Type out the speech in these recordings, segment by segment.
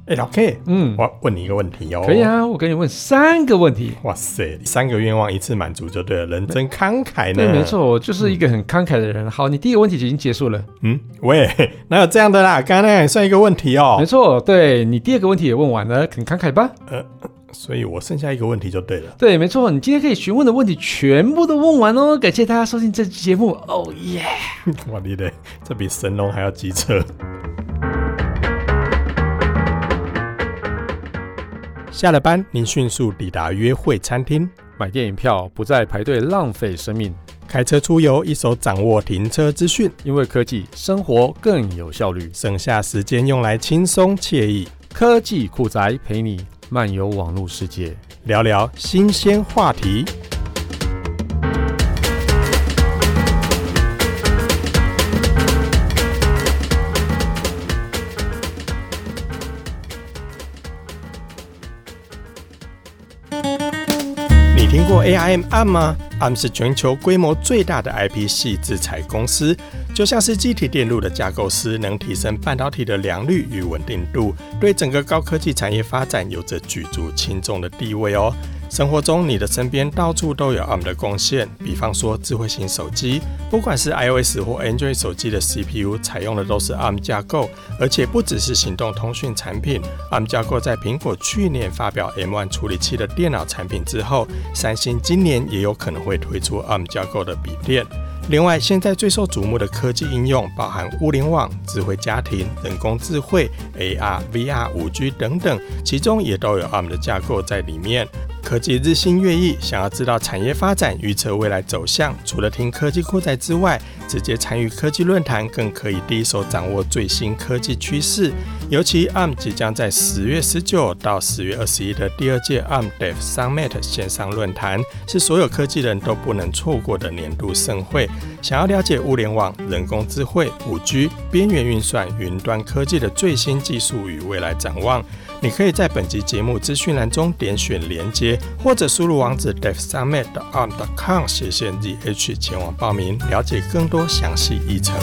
老 K， 我问你一个问题哦。 可以啊，我给你问3个问题。 哇塞，3个愿望一次满足就对了，人真慷慨呢。 对，没错，我就是一个很慷慨的人。好，你第一个问题已经结束了。 喂，哪有这样的啦？刚刚那也算一个问题哦。 没错，对，你第2个问题也问完了，很慷慨吧？ 所以我剩下一个问题就对了。 对，没错，你今天可以询问的问题全部都问完哦。感谢大家收听这期节目，哦耶！ 哇你嘞，这比神龙还要机车。下了班，您迅速抵达约会餐厅， 买电影票不再排队浪费生命， 开车出游一手掌握停车资讯， 因为科技生活更有效率， 省下时间用来轻松惬意。 科技酷宅陪你漫游网络世界， 聊聊新鲜话题。你听过 ARM 吗？ ARM 是全球规模最大的 IP 系制裁公司，就像是机体电路的架构师，能提升半导体的良率与稳定度，对整个高科技产业发展有着举足轻重的地位哦。生活中你的身边到处都有 ARM 的贡献，比方说智慧型手机，不管是 iOS 或 Android 手机的 CPU 采用的都是 ARM 架构，而且不只是行动通讯产品， ARM 架构在苹果去年发表 M1 处理器的电脑产品之后，三星今年也有可能会推出 ARM 架构的笔电。另外，现在最受瞩目的科技应用包含物联网、智慧家庭、人工智慧、AR、VR、5G 等等，其中也都有 ARM 的架构在里面。科技日新月异，想要知道产业发展、预测未来走向，除了听科技酷宅之外，直接参与科技论坛，更可以第一手掌握最新科技趋势。尤其 ARM 即将在10月19到10月21的第2届 ARM Dev Summit 线上论坛，是所有科技人都不能错过的年度盛会。想要了解物联网、人工智慧、5G、边缘运算、云端科技的最新技术与未来展望，你可以在本集节目资讯栏中点选连结，或者输入网址 devsummit.arm.com/ZH 前往报名，了解更多详细议程。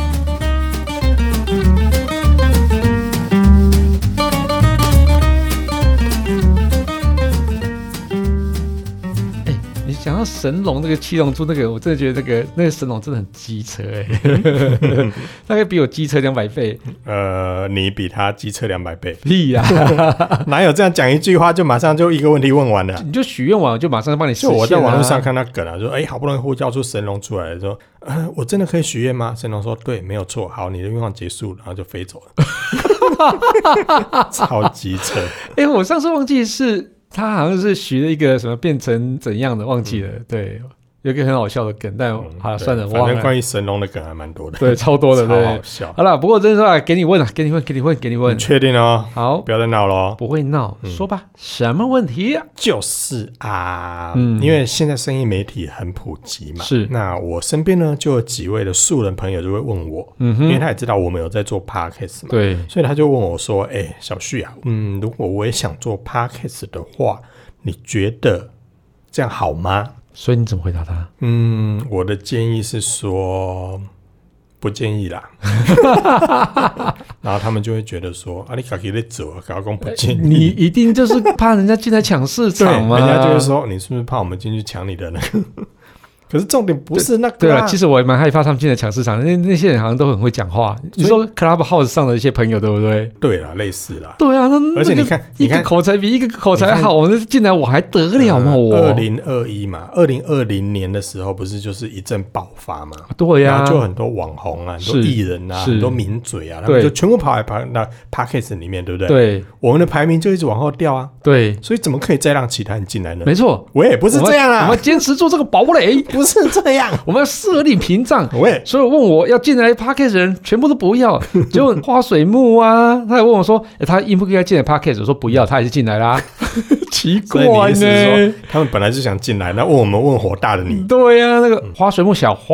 讲到神龙那个七龙珠那个，我真的觉得那个神龙真的很机车大概比我机车200倍。 你比他机车200倍？ 屁啦哪有这样讲一句话就马上就一个问题问完了？ 你就许愿完，我就马上帮你实现就我在网络上看到梗啊，说好不容易呼叫出神龙出来了，说我真的可以许愿吗？神龙说对，没有错，好，你的愿望结束，然后就飞走了。超机车。 我上次忘记是他好像是许了一个什么变成怎样的忘记了，对，有一个很好笑的梗，但好了算了， 反正关于神龙的梗还蛮多的， 对，超多的，对， 超好笑。 好了，不过真的是给你问了，给你问， 你确定哦？ 好， 不要再闹了哦。 不会闹，说吧，什么问题？ 就是因为现在声音媒体很普及嘛， 是。 那我身边呢就有几位的素人朋友就会问我，因为他也知道我们有在做 podcast 嘛， 对， 所以他就问我说：“小旭啊，如果我也想做 podcast 的话，你觉得这样好吗？” 所以你怎么回答他？ 我的建议是说不建议啦。然后他们就会觉得说你自己在做，搞不建议。 你一定就是怕人家进来抢市场吗？ 人家就会说你是不是怕我们进去抢你的呢？可是重点不是那个对啊，其实我也蛮害怕他们进来抢市场，那些人好像都很会讲话。你说 Clubhouse 上的一些朋友对不对？ 对啦，类似啦。 对啊， 而且你看一个口才比一个口才好，我进来我还得了吗？我 2021嘛，2020年的时候不是就是一阵爆发嘛？ 对啊， 然后就很多网红啊，很多艺人啊，很多名嘴啊，他们就全部跑来那 Podcast 里面，对不对？ 对， 我们的排名就一直往后掉啊。 对， 所以怎么可以再让其他人进来呢？ 没错， 我也不是这样啊， 我们坚持做这个堡垒， 不是这样。 我们要设立屏障，所以问我要进来 Podcast 的人全部都不要，结果花水木啊，他还问我说他应不应该进来 Podcast， 我说不要，他还是进来啦。奇怪呢， 说他们本来就想进来，那问我们问火大的你。 对啊，那个花水木小花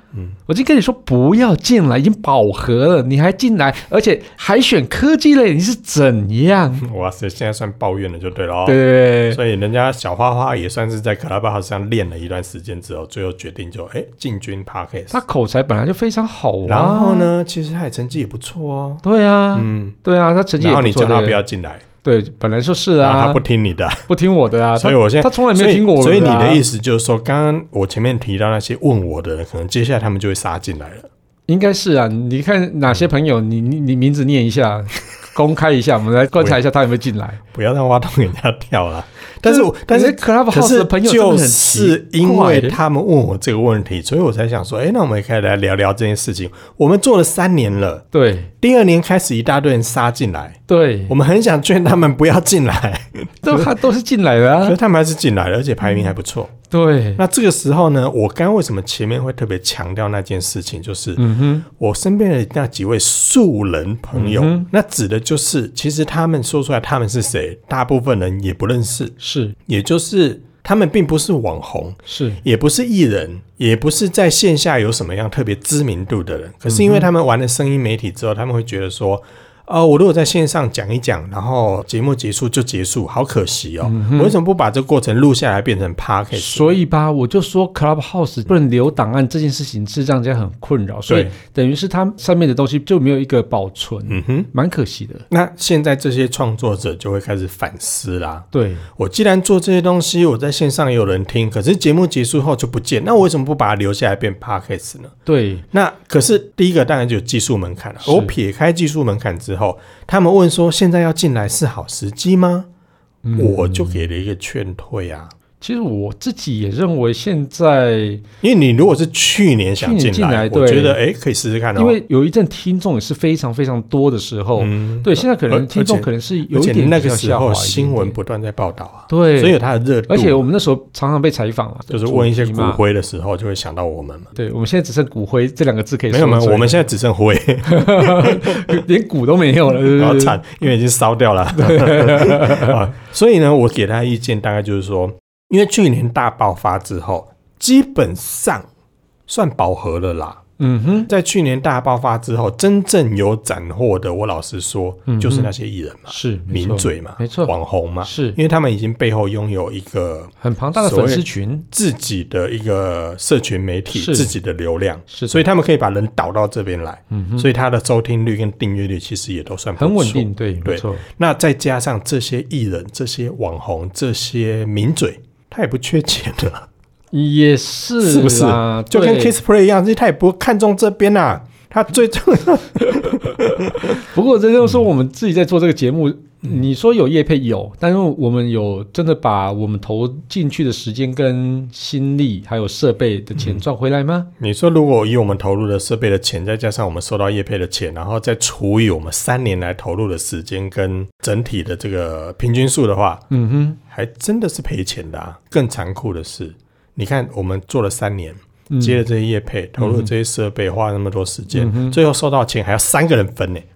我已经跟你说不要进来，已经饱和了，你还进来，而且还选科技类，你是怎样？ 哇塞，现在算抱怨了就对了哦。 对， 所以人家小花花也算是在 Clubhouse 上练了一段时间之后，最后决定就进军 Podcast。 他口才本来就非常好啊， 然后呢，其实他也成绩也不错哦。 对啊，对啊，他成绩也不错。 然后你叫他不要进来。 对，本来就是啊， 他不听你的， 不听我的啊， 所以我现在他从来没有听过我的。 所以你的意思就是说，刚刚我前面提到那些问我的人，可能接下来他们就会杀进来了。 应该是啊，你看哪些朋友，你名字念一下，公开一下，我们来观察一下他有没有进来。 不要让挖洞给人家跳了。但是 Clubhouse 的朋友真的很就是因为他们问我这个问题，所以我才想说，那我们也可以来聊聊这件事情。我们做了3年了， 对， 第2年开始一大堆人杀进来， 对， 我们很想劝他们不要进来， 都是进来的啊， 可是他们还是进来了，而且排名还不错。 对， 那这个时候呢，我刚刚为什么前面会特别强调那件事情，就是我身边的那几位素人朋友，那指的就是其实他们说出来他们是谁，大部分人也不认识， 是， 也就是他们并不是网红， 是， 也不是艺人，也不是在线下有什么样特别知名度的人，可是因为他们玩了声音媒体之后，他们会觉得说，我如果在线上讲一讲，然后节目结束就结束，好可惜哦。我为什么不把这个过程录下来变成 podcast？ 所以吧，我就说 Clubhouse 不能留档案这件事情是让人家很困扰，所以等于是它上面的东西就没有一个保存，蛮可惜的。 那现在这些创作者就会开始反思啦。 对， 我既然做这些东西，我在线上也有人听，可是节目结束后就不见，那我为什么不把它留下来变 podcast 呢？ 对， 那可是第一个当然就有技术门槛了。我撇开技术门槛之后，他们问说现在要进来是好时机吗？我就给了一个劝退啊。 其实我自己也认为现在， 因为你如果是去年想进来，我觉得可以试试看哦。 因为有一阵听众也是非常非常多的时候，对，现在可能听众可能是有一点那个时候新闻不断在报道啊， 对， 所以有它的热度。 而且我们那时候常常被采访啊， 就是问一些骨灰的时候，就会想到我们嘛。 对，我们现在只剩骨灰这2个字可以说， 没有，我们现在只剩灰， 连骨都没有了， 好惨，因为已经烧掉了。所以呢，我给他的意见大概就是说，因为去年大爆发之后，基本上算饱和了啦。在去年大爆发之后，真正有斩获的，我老实说，就是那些艺人嘛， 是名嘴嘛， 没错， 网红嘛， 是因为他们已经背后拥有一个很庞大的粉丝群， 自己的一个社群媒体，自己的流量， 所以他们可以把人导到这边来，所以他的收听率跟订阅率其实也都算不错， 很稳定，对，没错。 那再加上这些艺人、这些网红、这些名嘴，他也不缺钱的。 也是， 是不是？就跟 Kissplay 一样，他也不看重这边啊。他最重要。 不过这就是说，我们自己在做这个节目，你说有业配有，但是我们有真的把我们投进去的时间跟心力，还有设备的钱赚回来吗？ 你说如果以我们投入的设备的钱，再加上我们收到业配的钱，然后再除以我们3年来投入的时间跟整体的这个平均数的话，还真的是赔钱的啊。更残酷的是，你看我们做了3年，接了这些业配，投入了这些设备，花了那么多时间，最后收到钱还要3个人分呢。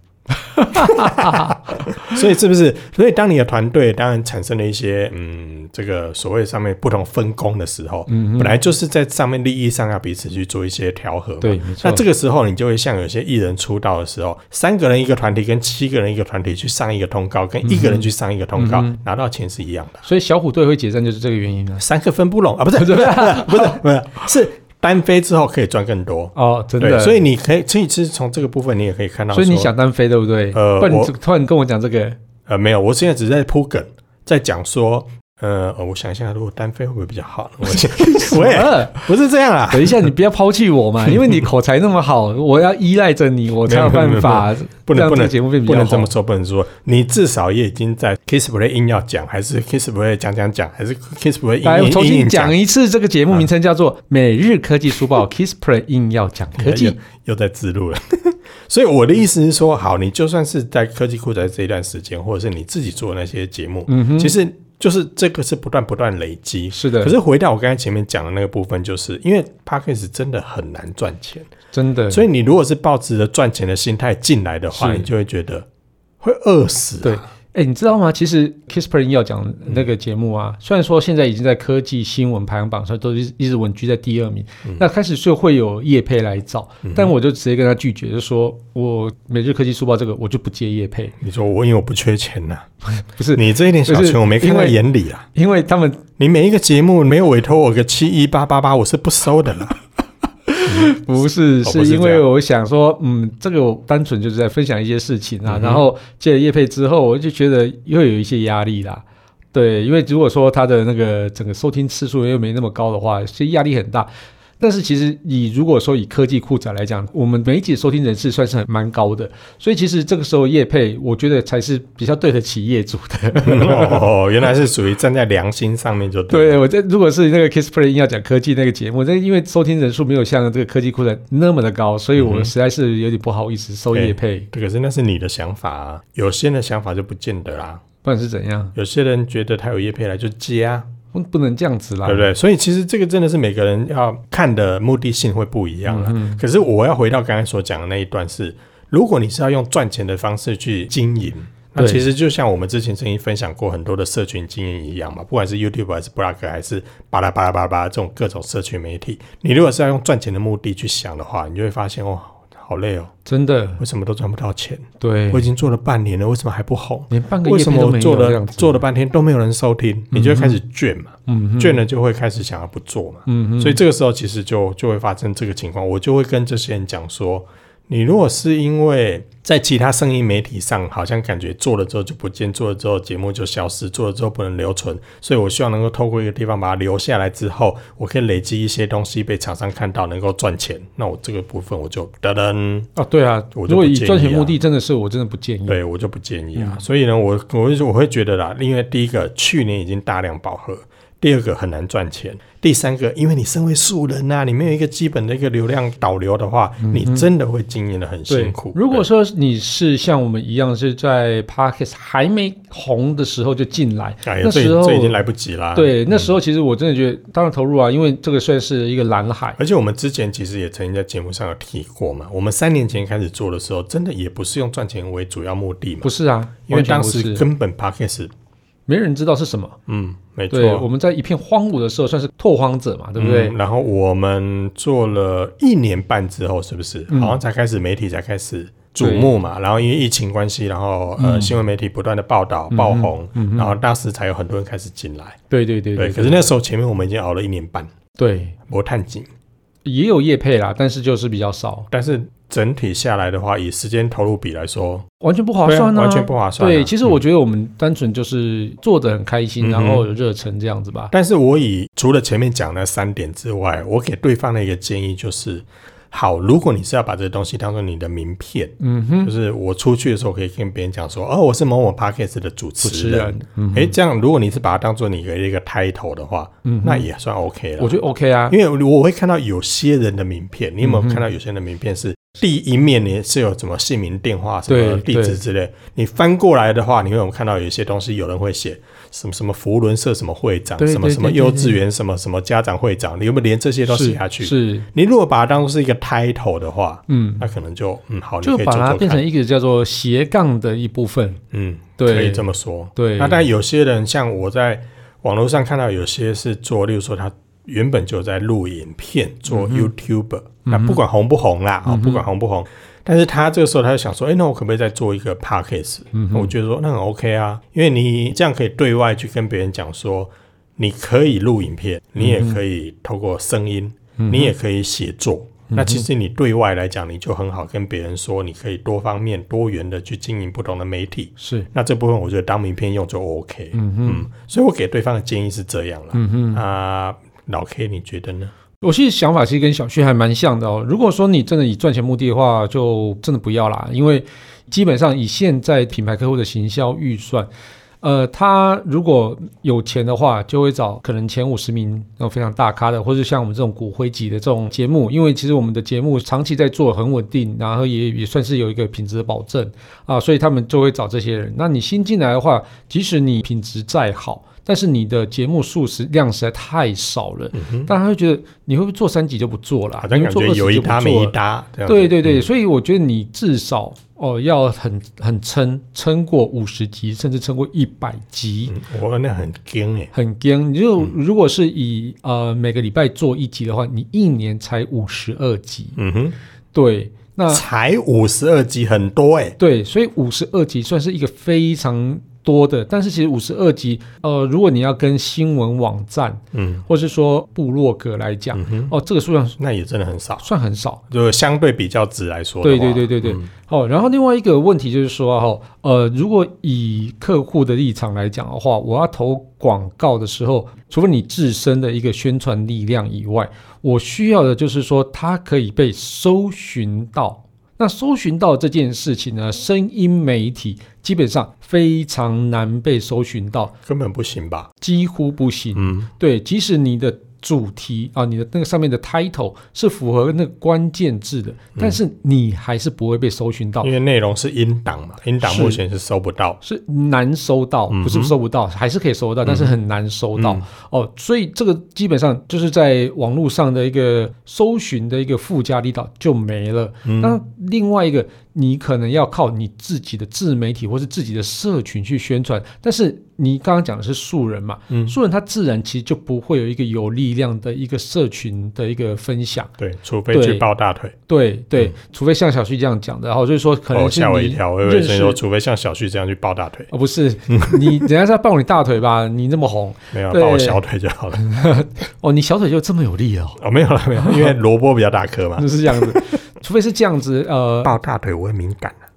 所以是不是？所以当你的团队当然产生了一些这个所谓上面不同分工的时候，本来就是在上面利益上要彼此去做一些调和嘛。 对，没错。 那这个时候你就会像有些艺人出道的时候，3个人一个团体跟7个人一个团体去上一个通告，跟1个人去上一个通告，拿到钱是一样的。 所以小虎队会解散就是这个原因啊。 3个分不拢啊，不是不是是。单飞之后可以赚更多哦，真的， 所以你可以，其实从这个部分你也可以看到， 所以你想单飞对不对？不然你突然跟我讲这个， 没有，我现在只是在铺梗，在讲说，我想一下，如果单飞会不会比较好呢？我也不是这样啦。 等一下，你不要抛弃我嘛，因为你口才那么好，我要依赖着你，我才有办法让这个节目变比较好。 不能这么说，不能说，你至少也已经在 Kissplay 硬要讲，还是 Kissplay 讲，还是 Kissplay 硬来重新讲一次，这个节目名称叫做《每日科技书报》，Kissplay 硬要讲科技， 又在自录了。所以我的意思是说，好，你就算是在科技酷宅这一段时间，或者是你自己做的那些节目，其实就是这个是不断累积。 是的。 可是回到我刚才前面讲的那个部分，就是因为 Podcast 真的很难赚钱， 真的。 所以你如果是抱持着赚钱的心态进来的话，你就会觉得会饿死。 对。 你知道吗？其实 Kisper 要讲那个节目啊，虽然说现在已经在科技新闻排行榜上都一直稳居在第2名，那开始就会有业配来找，但我就直接跟他拒绝，就说我每日科技速报这个我就不接业配。 你说因为我不缺钱啊不是你这一点小钱我没看在眼里啊， 因为他们你每一个节目没有委托我个71888我是不收的啦。 不是，是因为我想说，这个我单纯就是在分享一些事情啊，然后借了业配之后，我就觉得又有一些压力啦。对，因为如果说他的那个整个收听次数又没那么高的话，其实压力很大。但是其实如果说以科技酷仔来讲，我们每一集收听人次算是蛮高的，所以其实这个时候业配我觉得才是比较对得起业主的。 原来是属于站在良心上面就对。对，如果是那个 Kisper 要讲科技那个节目，但因为收听人数没有像这个科技酷仔那么的高，所以我实在是有点不好意思收业配。 可是那是你的想法啊，有些人的想法就不见得啦。 不然是怎样？ 有些人觉得他有业配来就接啊， 不能这样子啦， 对不对？所以其实这个真的是每个人要看的目的性会不一样啦。可是我要回到刚才所讲的那一段是，如果你是要用赚钱的方式去经营，那其实就像我们之前曾经分享过很多的社群经营一样嘛，不管是 YouTube 还是 Blog 还是巴拉巴拉巴拉巴拉这种各种社群媒体，你如果是要用赚钱的目的去想的话，你就会发现好累哦， 真的， 为什么都赚不到钱？ 对， 我已经做了半年了，为什么还不红？ 连半个业配都没有， 为什么我做了半天都没有人收听？你就会开始倦嘛，倦了就会开始想要不做嘛，所以这个时候其实就会发生这个情况。我就会跟这些人讲说，你如果是因为在其他声音媒体上好像感觉做了之后就不见，做了之后节目就消失，做了之后不能留存，所以我希望能够透过一个地方把它留下来之后，我可以累积一些东西被厂商看到能够赚钱，那我这个部分我就对啊， 我就不建议啊， 如果以赚钱目的我真的不建议。 对，我就不建议啊。所以呢我会觉得啦，因为第一个去年已经大量饱和，第二个很难赚钱，第三个因为你身为素人啊，你没有一个基本的一个流量导流的话，你真的会经营得很辛苦。 如果说你是像我们一样是在 Podcast 还没红的时候就进来，那时候这已经来不及啦。 对，那时候其实我真的觉得当然投入啊，因为这个算是一个蓝海。 而且我们之前其实也曾经在节目上有提过嘛，我们3年前开始做的时候，真的也不是用赚钱为主要目的嘛。 不是啊， 因为当时根本 Podcast 没人知道是什么， 没错。 对，我们在一片荒芜的时候算是拓荒者嘛，对不对？ 然后我们做了1年半之后，是不是好像才开始媒体才开始瞩目嘛？然后因为疫情关系，然后新闻媒体不断的报道爆红，然后当时才有很多人开始进来。 对。 可是那时候前面我们已经熬了1年半， 对， 没探紧， 也有业配啦，但是就是比较少。 但是整体下来的话，以时间投入比来说， 完全不划算啊！ 完全不划算。 对，其实我觉得我们单纯就是做得很开心，然后有热忱这样子吧。 但是我除了前面讲那3点之外，我给对方的一个建议就是，好，如果你是要把这个东西当做你的名片，就是我出去的时候可以跟别人讲说，我是某某 Podcast 的主持人，这样如果你是把它当做你的一个 title 的话，那也算 OK 了。 我觉得 OK 啊， 因为我会看到有些人的名片，你有没有看到有些人的名片是第一面你是有什么姓名、电话、什么地址之类，你翻过来的话，你会有看到有一些东西有人会写什么福伦社什么会长，什么幼稚园什么什么家长会长，你有没有连这些都写下去？是你如果把它当作是一个 title 的话，那可能就好，你可以做做看，就把它变成一个叫做斜杠的一部分， 对，可以这么说。对，那但有些人像我在网络上看到有些是做，例如说他原本就在录影片做 YouTuber，那不管红不红啦，不管红不红，但是他这个时候他就想说，那我可不可以再做一个 podcast？我觉得说那很 OK 啊，因为你这样可以对外去跟别人讲说，你可以录影片，你也可以透过声音，你也可以写作。那其实你对外来讲，你就很好跟别人说，你可以多方面多元的去经营不同的媒体。是，那这部分我觉得当名片用就 OK。所以我给对方的建议是这样啦。老 K 你觉得呢？ 我其实想法其实跟小旭还蛮像的哦。如果说你真的以赚钱目的的话，就真的不要啦，因为基本上以现在品牌客户的行销预算，他如果有钱的话，就会找可能前50名那种非常大咖的，或者像我们这种骨灰级的这种节目，因为其实我们的节目长期在做，很稳定，然后也算是有一个品质的保证啊，所以他们就会找这些人。那你新进来的话，即使你品质再好， 但是你的节目量实在太少了，大家会觉得你会不会做3集就不做了， 好像感觉有一搭没一搭这样子。 对对对，所以我觉得你至少要很撑过50集，甚至撑过100集。 我那很惊耶， 很惊。如果是以每个礼拜做1集的话，你1年才52集。对，那才52集，很多耶。 对，所以52集算是一个非常多的，但是其实52集，如果你要跟新闻网站，或是说部落格来讲，这个数量那也真的很少， 算很少， 就相对比较值来说的话。 对。然后另外一个问题就是说，如果以客户的立场来讲的话，我要投广告的时候，除了你自身的一个宣传力量以外，我需要的就是说，它可以被搜寻到。那搜寻到这件事情呢，声音媒体基本上非常难被搜寻到， 根本不行吧？ 几乎不行。对，即使你的主题你的那个上面的 title 是符合那个关键字的，但是你还是不会被搜寻到， 因为内容是音档嘛，音档目前是搜不到， 是难搜到，不是搜不到，还是可以搜到，但是很难搜到。所以这个基本上就是在网络上的一个搜寻的一个附加力道就没了。那另外一个，你可能要靠你自己的自媒体或是自己的社群去宣传，但是你刚刚讲的是素人嘛，素人他自然其实就不会有一个有力量的一个社群的一个分享， 对，除非去抱大腿， 对，除非像小旭这样讲的，然后就是说可能是吓我一跳，我以为是说除非像小旭这样去抱大腿， 不是，你人家是要抱你大腿吧？你那么红， 没有抱我小腿就好了。 你小腿就这么有力哦？ 没有了，因为萝卜比较大颗嘛， 就是这样子。除非是这样子， 抱大腿我会敏感啊。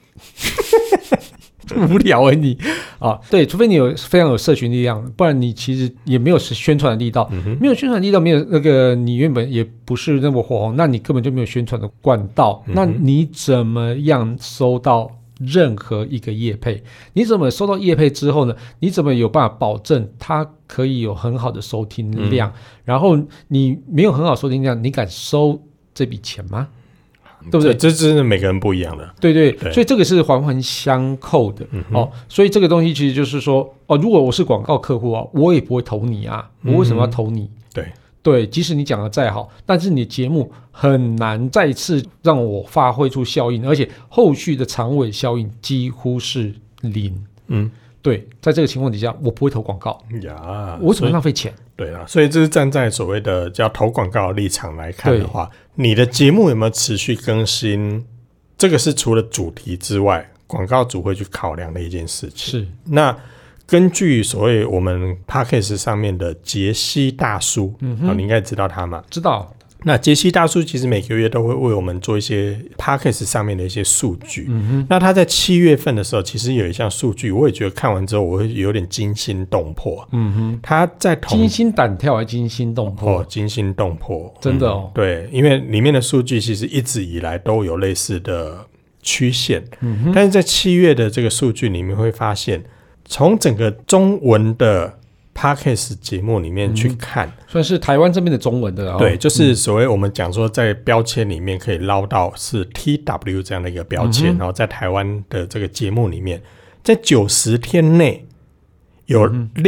无聊你对，除非你有非常有社群力量，不然你其实也没有宣传的力道，没有宣传力道，没有那个你原本也不是那么火红，那你根本就没有宣传的管道，那你怎么样收到任何一个业配？你怎么收到业配之后呢？你怎么有办法保证它可以有很好的收听量？然后你没有很好收听量，你敢收这笔钱吗？对不对？ 这真的每个人不一样的。 对，所以这个是环环相扣的。所以这个东西其实就是说，如果我是广告客户我也不会投你啊，我为什么要投你？对，即使你讲的再好，但是你的节目很难再次让我发挥出效应，而且后续的长尾效应几乎是0。对，在这个情况底下，我不会投广告呀，我怎么浪费钱？ 对啦，所以这是站在所谓的叫投广告的立场来看的话，你的节目有没有持续更新，这个是除了主题之外，广告主会去考量的一件事情。是，那根据所谓我们 Podcast 上面的杰西大叔，你应该知道他吗？ 知道。 那杰西大叔其实每个月都会为我们做一些 Podcast 上面的一些数据。那他在7月份的时候，其实有一项数据，我也觉得看完之后我会有点惊心动魄。他在惊心胆跳还惊心动魄？ 惊心动魄， 真的哦。 对，因为里面的数据其实一直以来都有类似的曲线。但是在7月的这个数据里面会发现，从整个中文的Podcast 节目里面去看， 算是台湾这边的中文的。 对，就是所谓我们讲说在标签里面可以捞到是 TW 这样的一个标签，然后在台湾的这个节目里面，在90天内有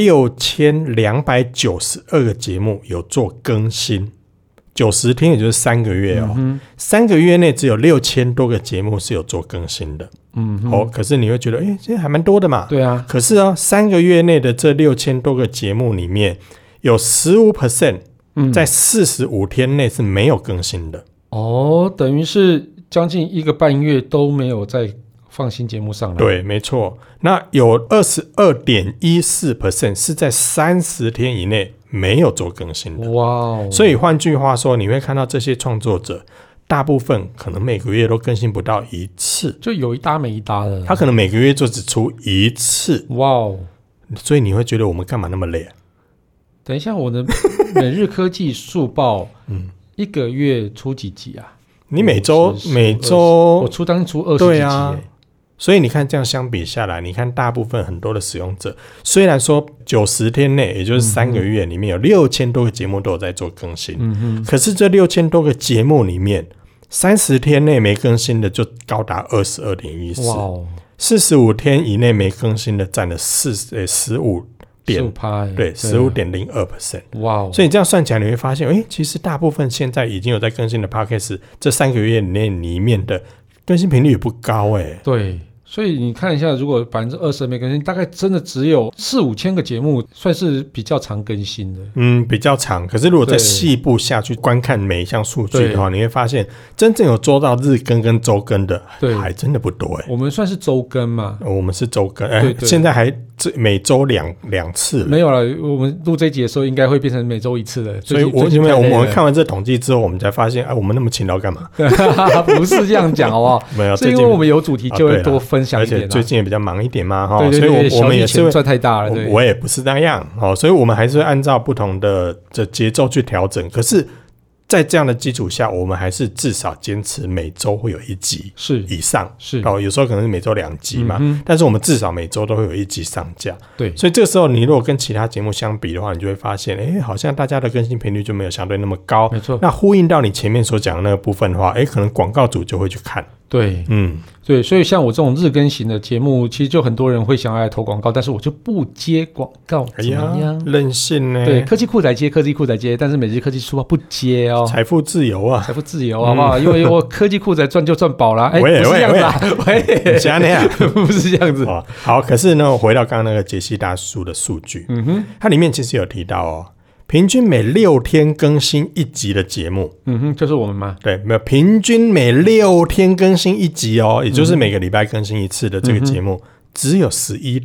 6292个节目有做更新。90天也就是3个月3个月内只有6000多个节目是有做更新的。可是你会觉得这还蛮多的嘛。 对啊。 可是3个月内的这6000多个节目里面有 15% 在45天内是没有更新的。 等于是将近1个半月都没有再放新节目上来。 对，没错。那有 22.14% 是在30天以内没有做更新的。所以换句话说，你会看到这些创作者大部分可能每个月都更新不到1次， 就有一搭没一搭的。 他可能每个月就只出1次。所以你会觉得我们干嘛那么累？ 等一下，我的每日科技速报1个月出几集啊？ 你每周我当天出20几集。 所以你看这样相比下来，你看大部分很多的使用者，虽然说90天内也就是3个月里面有6000多个节目都有在做更新，可是这6000多个节目里面30天内没更新的就高达 22.14%，45天以内没更新的占了15%， 15%， 对 15.02%。 哇哦！ 所以你这样算起来，你会发现，其实大部分现在已经有在更新的 Podcast， 这3个月里面的更新频率也不高对。所以你看一下，如果20%没更新，大概真的只有4-5千个节目算是比较常更新的。 比较长。可是如果再细部下去观看每一项数据的话，你会发现真正有做到日更跟周更的还真的不多我们算是周更嘛， 我们是周更，现在还每周两次了。 没有了，我们录这一集的时候应该会变成每周1次了。 所以我们看完这统计之后，我们才发现，我们那么勤劳干嘛？ 不是这样讲好不好？ 没有， 是因为我们有主题就会多分享一点， 而且最近也比较忙一点嘛， 对， 所以我们也是赚太大了。 我也不是那样，所以我们还是会按照不同的节奏去调整。可是在这样的基础下，我们还是至少坚持每周会有1集以上，有时候可能是每周2集嘛，但是我们至少每周都会有1集上架。 对， 所以这个时候你如果跟其他节目相比的话，你就会发现，好像大家的更新频率就没有相对那么高。 没错， 那呼应到你前面所讲的那个部分的话，可能广告主就会去看。 对，对，所以像我这种日更型的节目，其实就很多人会想要来投广告，但是我就不接广告，怎么样？ 任性呢？ 对，科技酷仔接，但是每日科技书包不接哦。 财富自由啊， 财富自由好不好？因为我科技酷仔赚就赚饱了，不是这样子啊， 像那样， 不是这样子。 好，可是呢，回到刚刚那个杰西大叔的数据，它里面其实有提到平均每6天更新1集的节目， 就是我们吗？ 对，没有，平均每6天更新1集也就是每个礼拜更新1次的这个节目，只有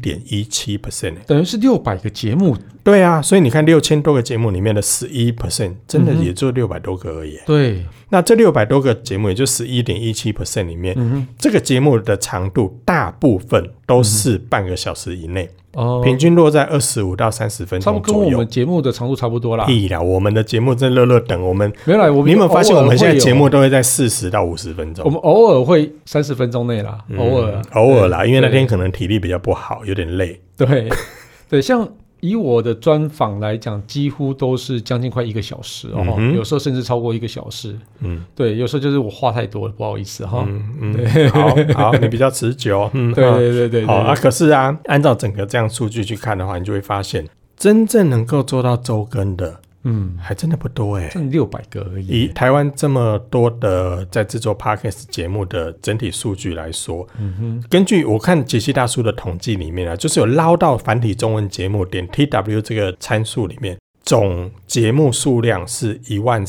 11.17%， 等于是600个节目。 对啊，所以你看6000多个节目里面的 11%， 真的也就600多个而已。 对， 那这600多个节目也就 11.17% 里面，这个节目的长度大部分都是半个小时以内，平均落在25到30分钟左右， 差不多跟我们节目的长度差不多啦。 屁啦，我们的节目真乐等，我们没有啦， 你有没有发现我们现在节目都会在40到50分钟？ 我们偶尔会30分钟内啦， 偶尔啦，因为那天可能体力比较不好，有点累。 对，像以我的专访来讲，几乎都是将近快1个小时有时候甚至超过1个小时。对，有时候就是我话太多了，不好意思好，你比较持久。 对。 好可是按照整个这样数据去看的话，你就会发现，真正能够做到周更的，还真的不多真的600个而已。 以台湾这么多的在制作 Podcast 节目的整体数据来说，根据我看杰西大叔的统计里面就是有捞到繁体中文节目点 TW 这个参数里面，总节目数量是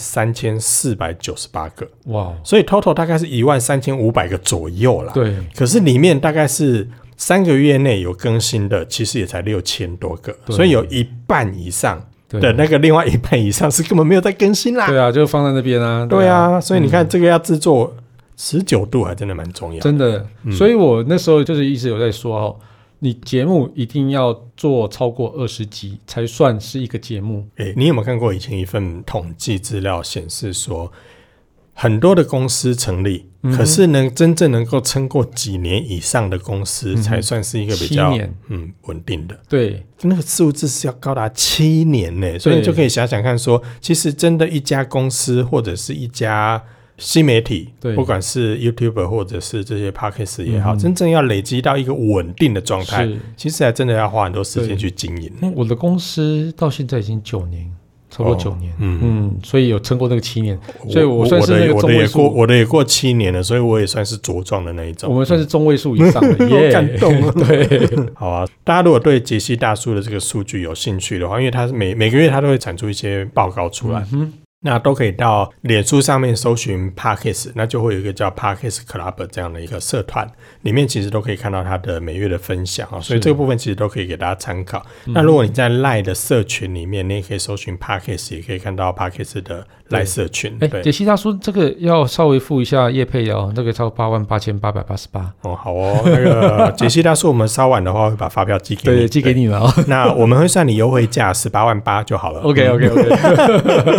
13498个。哇！所以 total 大概是13500个左右啦。 对。 可是里面大概是3个月内有更新的，其实也才6000多个，所以有一半以上的那个另外一半以上是根本没有在更新啦。 对啊，就放在那边啊。 对啊，所以你看这个要制作持久度还真的蛮重要的， 真的。所以我那时候就是一直有在说你节目一定要做超过20集才算是一个节目。 你有没有看过以前一份统计资料显示说，很多的公司成立，可是真正能够撑过几年以上的公司，才算是一个比较稳定的。 对， 那个数字是要高达7年呢，所以你就可以想想看说，其实真的一家公司或者是一家新媒体，不管是 YouTuber 或者是这些 Podcast 也好，真正要累积到一个稳定的状态，其实还真的要花很多时间去经营。 我的公司到现在已经9年。超过9年，所以有撑过那个7年，所以我算是那个中位数。 我的也过7年了，所以我也算是茁壮的那一种。 我们算是中位数以上的， 好感动啊！ 对， 好啊，大家如果对杰西大叔的这个数据有兴趣的话，因为他每个月他都会产出一些报告出来。那都可以到脸书上面搜寻 Podcast， 那就会有一个叫 Podcast Club 这样的一个社团，里面其实都可以看到他的每月的分享所以这个部分其实都可以给大家参考。那如果你在 LINE 的社群里面，你也可以搜寻 Podcast， 也可以看到 Podcast 的 LINE 社群。 杰西大叔这个要稍微付一下业配那个超88888 好那个杰西大叔我们稍晚的话会把发票寄给你， 对，寄给你了那我们会算你优惠价188000就好了。 OK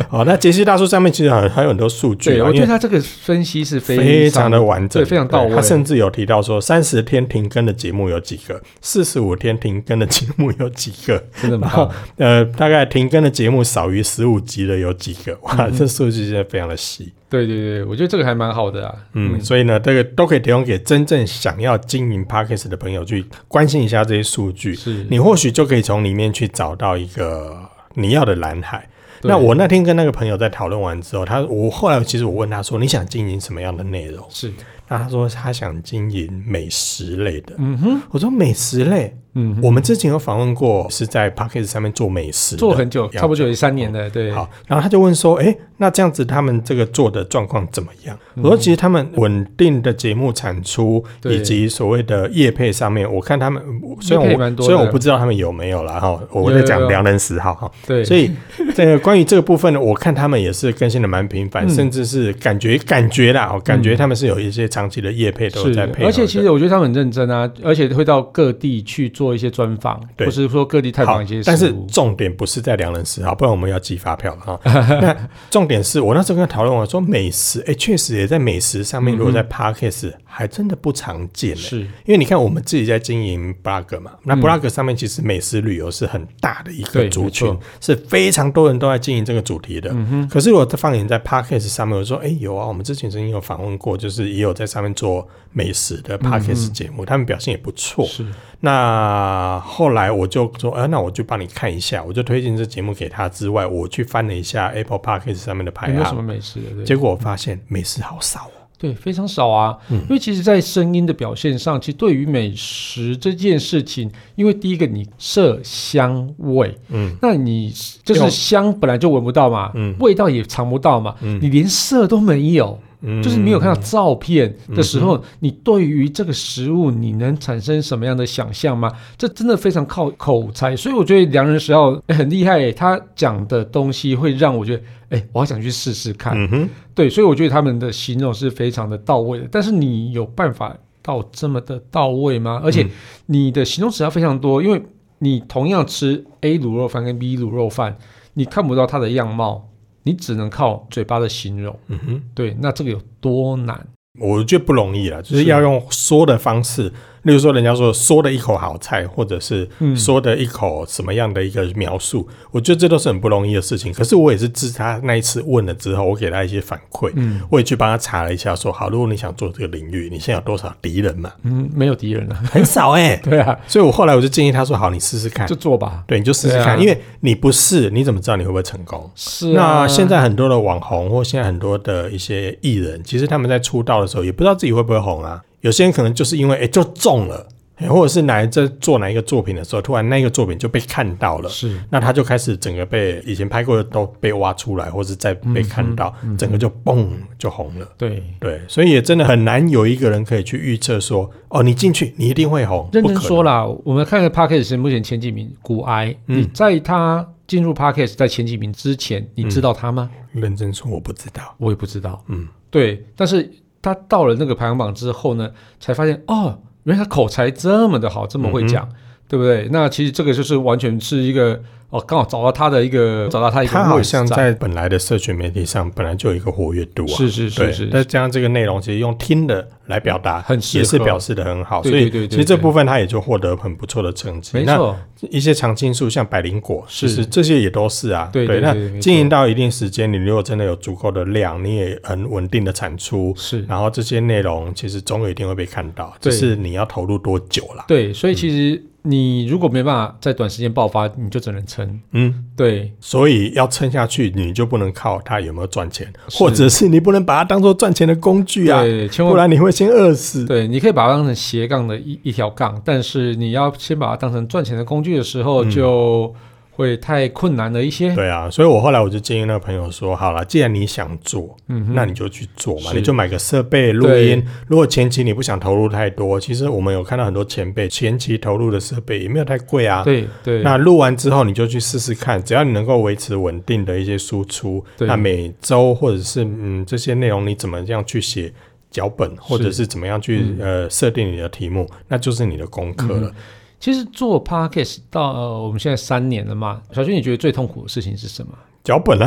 好，那杰西大叔上面其实还有很多数据， 对，我觉得他这个分析是非常的完整， 对，非常到位。 他甚至有提到说30天停更的节目有几个，45天停更的节目有几个， 真的吗？ 大概停更的节目少于15集的有几个，哇，这数据真的非常的细。 对对对，我觉得这个还蛮好的啊。 所以呢，这个都可以提供给真正想要经营 Podcast 的朋友去关心一下这些数据，你或许就可以从里面去找到一个你要的蓝海。那我那天跟那个朋友在讨论完之后，我后来其实我问他说，你想经营什么样的内容？是，那他说他想经营美食类的。我说美食类。我们之前有访问过，是在 Podcast 上面做美食的， 做很久，差不多就3年了。对， 好，然后他就问说，那这样子他们这个做的状况怎么样？我说其实他们稳定的节目产出以及所谓的业配上面，我看他们虽然我不知道他们有没有啦哈，我在讲良人10号哈，对，所以这个关于这个部分呢，我看他们也是更新的蛮频繁，甚至是感觉啦，感觉他们是有一些长期的业配都有在配合的， 而且其实我觉得他们很认真啊，而且会到各地去做一些专访，或是说各地探访一些事物。 但是重点不是在良人10号，不然我们要寄发票了哈。那重点是我那时候跟他讨论，我说美食，确实也在美食上面，如果在 Podcast 还真的不常见，是因为你看我们自己在经营 blog 嘛，那 blog 上面其实美食旅游是很大的一个族群，是非常多人都在经营这个主题的。可是如果放眼在 Podcast 上面，我说有啊，我们之前曾经有访问过，就是也有在上面做美食的 Podcast 节目，他们表现也不错。是。那后来我就说，那我就帮你看一下，我就推荐这节目给他之外，我去翻了一下 Apple Podcast 上面的排行， 有没有什么美食的？ 结果我发现美食好少哦。 对，非常少啊。因为其实在声音的表现上，其实对于美食这件事情，因为第一个你色香味，那你就是香本来就闻不到嘛，味道也尝不到嘛，你连色都没有。就是没有看到照片的时候，你对于这个食物你能产生什么样的想象吗？这真的非常靠口才，所以我觉得良人10号很厉害，他讲的东西会让我觉得我好想去试试看。对，所以我觉得他们的形容是非常的到位的，但是你有办法到这么的到位吗？而且你的形容词要非常多，因为你同样吃 A 卤肉饭跟 B 卤肉饭，你看不到它的样貌，你只能靠嘴巴的形容。对，那这个有多难？ 我觉得不容易啦，就是要用说的方式，例如说人家说的一口好菜，或者是说的一口什么样的一个描述，我觉得这都是很不容易的事情。可是我也是自他那一次问了之后，我给他一些反馈，我也去帮他查了一下说好，如果你想做这个领域，你现在有多少敌人嘛？ 没有敌人啊， 很少对啊， 所以我后来我就建议他说好，你试试看， 就做吧。 对，你就试试看，因为你不试你怎么知道你会不会成功？ 是那现在很多的网红或现在很多的一些艺人，其实他们在出道的时候也不知道自己会不会红啊。有些人可能就是因为就中了，或者是在做哪一个作品的时候，突然那个作品就被看到了，是，那他就开始整个被以前拍过的都被挖出来，或者再被看到，整个就嘣就红了。对，所以也真的很难有一个人可以去预测说，你进去你一定会红。 认真说啦，我们看的 Podcast 目前前几名，股癌，你在他进入 Podcast 在前几名之前，你知道他吗？ 认真说，我不知道， 我也不知道。对，但是他到了那个排行榜之后呢，才发现原来他口才这么的好，这么会讲，对不对？那其实这个就是完全是一个刚好找到他一个位置。 他好像在本来的社群媒体上本来就有一个活跃度啊， 是。 但这样这个内容其实用听的来表达，也是表示的很好， 对， 所以其实这部分他也就获得很不错的成绩。 没错， 那一些常青树像百灵果，其实这些也都是啊。对，那经营到一定时间，你如果真的有足够的量，你也很稳定的产出，是，然后这些内容其实总有一天会被看到，只是你要投入多久啦。 对，所以其实你如果没办法在短时间爆发，你就只能撑。对， 所以要撑下去，你就不能靠它有没有赚钱，或者是你不能把它当做赚钱的工具啊，对，不然你会先饿死。 对，你可以把它当成斜杠的一条杠，但是你要先把它当成赚钱的工具的时候，就会太困难了一些。 对啊，所以我后来我就建议那个朋友说，好了，既然你想做，那你就去做嘛，你就买个设备录音。如果前期你不想投入太多，其实我们有看到很多前辈前期投入的设备也没有太贵啊。对，那录完之后你就去试试看，只要你能够维持稳定的一些输出，那每周或者是这些内容你怎么样去写脚本，或者是怎么样去设定你的题目，那就是你的功课了。 其实做 Podcast 到我们现在3年了嘛，小军，你觉得最痛苦的事情是什么？ 脚本啊，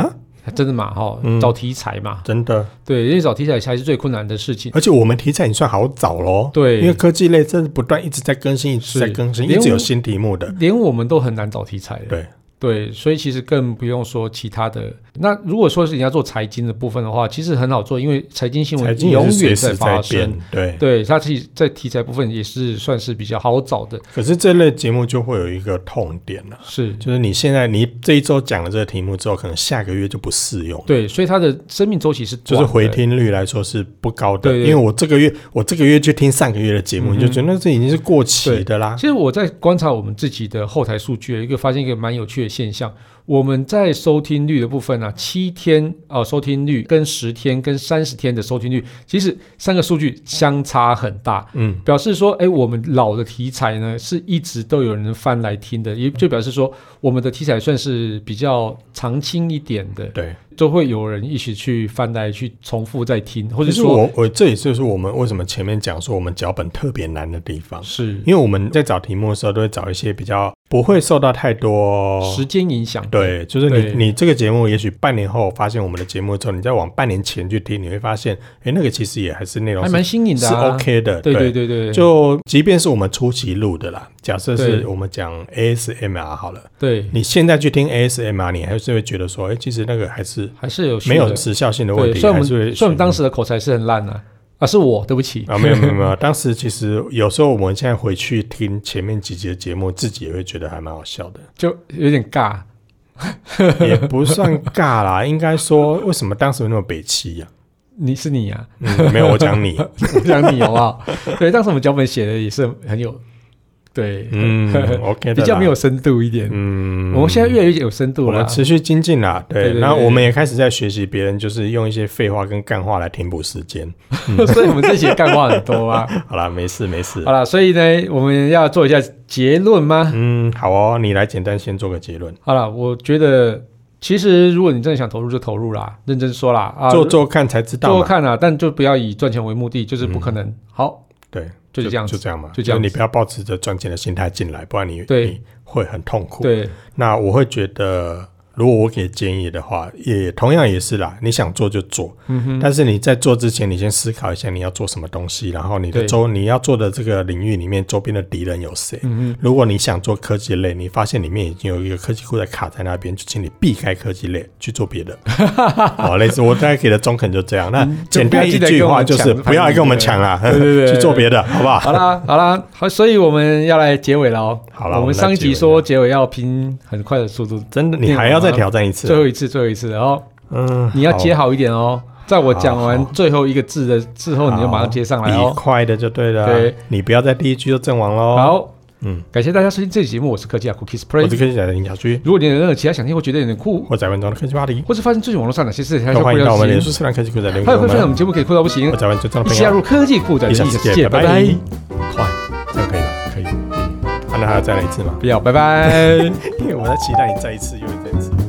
真的嘛找题材嘛， 真的， 对，因为找题材才是最困难的事情。 而且我们题材也算好找咯， 对， 因为科技类真的不断一直在更新，一直在更新，一直有新题目的， 连我们都很难找题材的。对，所以其实更不用说其他的。那如果说是你要做财经的部分的话，其实很好做，因为财经新闻永远在发生。对，它其实在题材部分也是算是比较好找的。 可是这类节目就会有一个痛点了，就是你现在你这一周讲了这个题目之后，可能下个月就不适用。 对，所以它的生命周期是短的， 就是回听率来说是不高的。对，因为我这个月去听上个月的节目，你就觉得那这已经是过期的啦。 其实我在观察我们自己的后台数据，发现一个蛮有趣的现象。我们在收听率的部分7天收听率跟10天跟30天的收听率，其实3个数据相差很大，表示说我们老的题材呢是一直都有人翻来听的，也就表示说我们的题材算是比较常青一点的，对，都会有人一起去翻来去重复再听，或者说这也就是我们为什么前面讲说我们脚本特别难的地方， 是因为我们在找题目的时候都会找一些比较不会受到太多时间影响， 对，就是你这个节目也许半年后发现我们的节目之后，你再往半年前去听，你会发现那个其实也还是内容还蛮新颖的， 是 OK 的， 对， 就即便是我们初期录的啦，假设是我们讲 ASMR 好了， 对， 你现在去听 ASMR， 你还是会觉得说其实那个还是有没有时效性的问题， 虽然我们当时的口才是很烂是我对不起没有当时其实有时候我们现在回去听前面几集的节目，自己也会觉得还蛮好笑的， 就有点尬也不算尬啦，应该说为什么当时会那么北七啊？ 是你啊？ 没有，我讲你我讲你好不好？对，当时我们脚本写的也是很有对 OK 的， 比较没有深度一点。我们现在越来越有深度了， 我们持续精进啦。对，然后我们也开始在学习别人，就是用一些废话跟干话来填补时间。 所以我们这些干话很多啊。 好啦，没事。 好啦，所以呢，我们要做一下结论吗？ 好哦，你来简单先做个结论。 好啦，我觉得其实如果你真的想投入就投入啦，认真说啦， 做看才知道嘛， 做看啦，但就不要以赚钱为目的，就是不可能。好， 对。 就这样嘛，就你不要抱持着赚钱的心态进来，不然你会很痛苦。 对， 那我会觉得，如果我给建议的话，也同样也是啦，你想做就做，但是你在做之前，你先思考一下你要做什么东西，然后你要做的这个领域里面周边的敌人有谁。如果你想做科技类，你发现里面已经有一个科技库在卡在那边，就请你避开科技类去做别的。类似我大概给的中肯就这样。那简单一句话就是不要来跟我们抢啦，去做别的，好不好？ 好啦，好，所以我们要来结尾了哦。 好了， 我们上一集说结尾要拼很快的速度， 真的，你还要再挑战一次， 最后一次，然后你要接好一点哦。在我讲完最后一个字的之后，你就马上接上来哦， 快的就对了。 对， 你不要在第一句就阵亡喽。 好，感谢大家收听这期节目，我是科技Cookies Play， 我是科技仔的林小居。 如果你有任何其他想听或觉得有点酷， 或在文中的科技话题， 或是发现最近网络上哪些事情， 欢迎到我们脸书社团科技酷仔留言， 还有会分享我们节目可以酷到不行， 或在文中的朋友加入科技酷仔的异世界，拜拜。 快，这样可以吗？可以。那还要再来一次吗？ 不要，拜拜。 因为我在期待你再一次又再一次。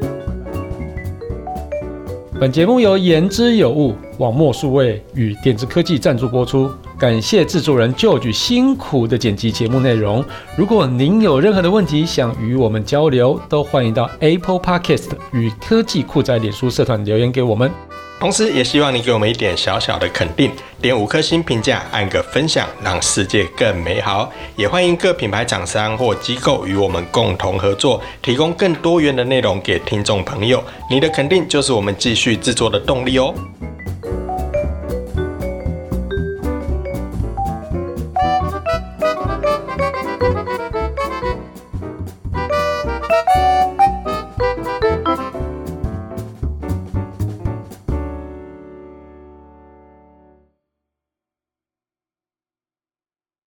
本节目由言之有物、网墨数位与点子科技赞助播出，感谢制作人 George 辛苦的剪辑节目内容。如果您有任何的问题想与我们交流，都欢迎到 Apple Podcast 与科技酷仔脸书社团留言给我们。 同时也希望你给我们一点小小的肯定，点5颗星评价，按个分享，让世界更美好。也欢迎各品牌厂商或机构与我们共同合作，提供更多元的内容给听众朋友。你的肯定就是我们继续制作的动力哦。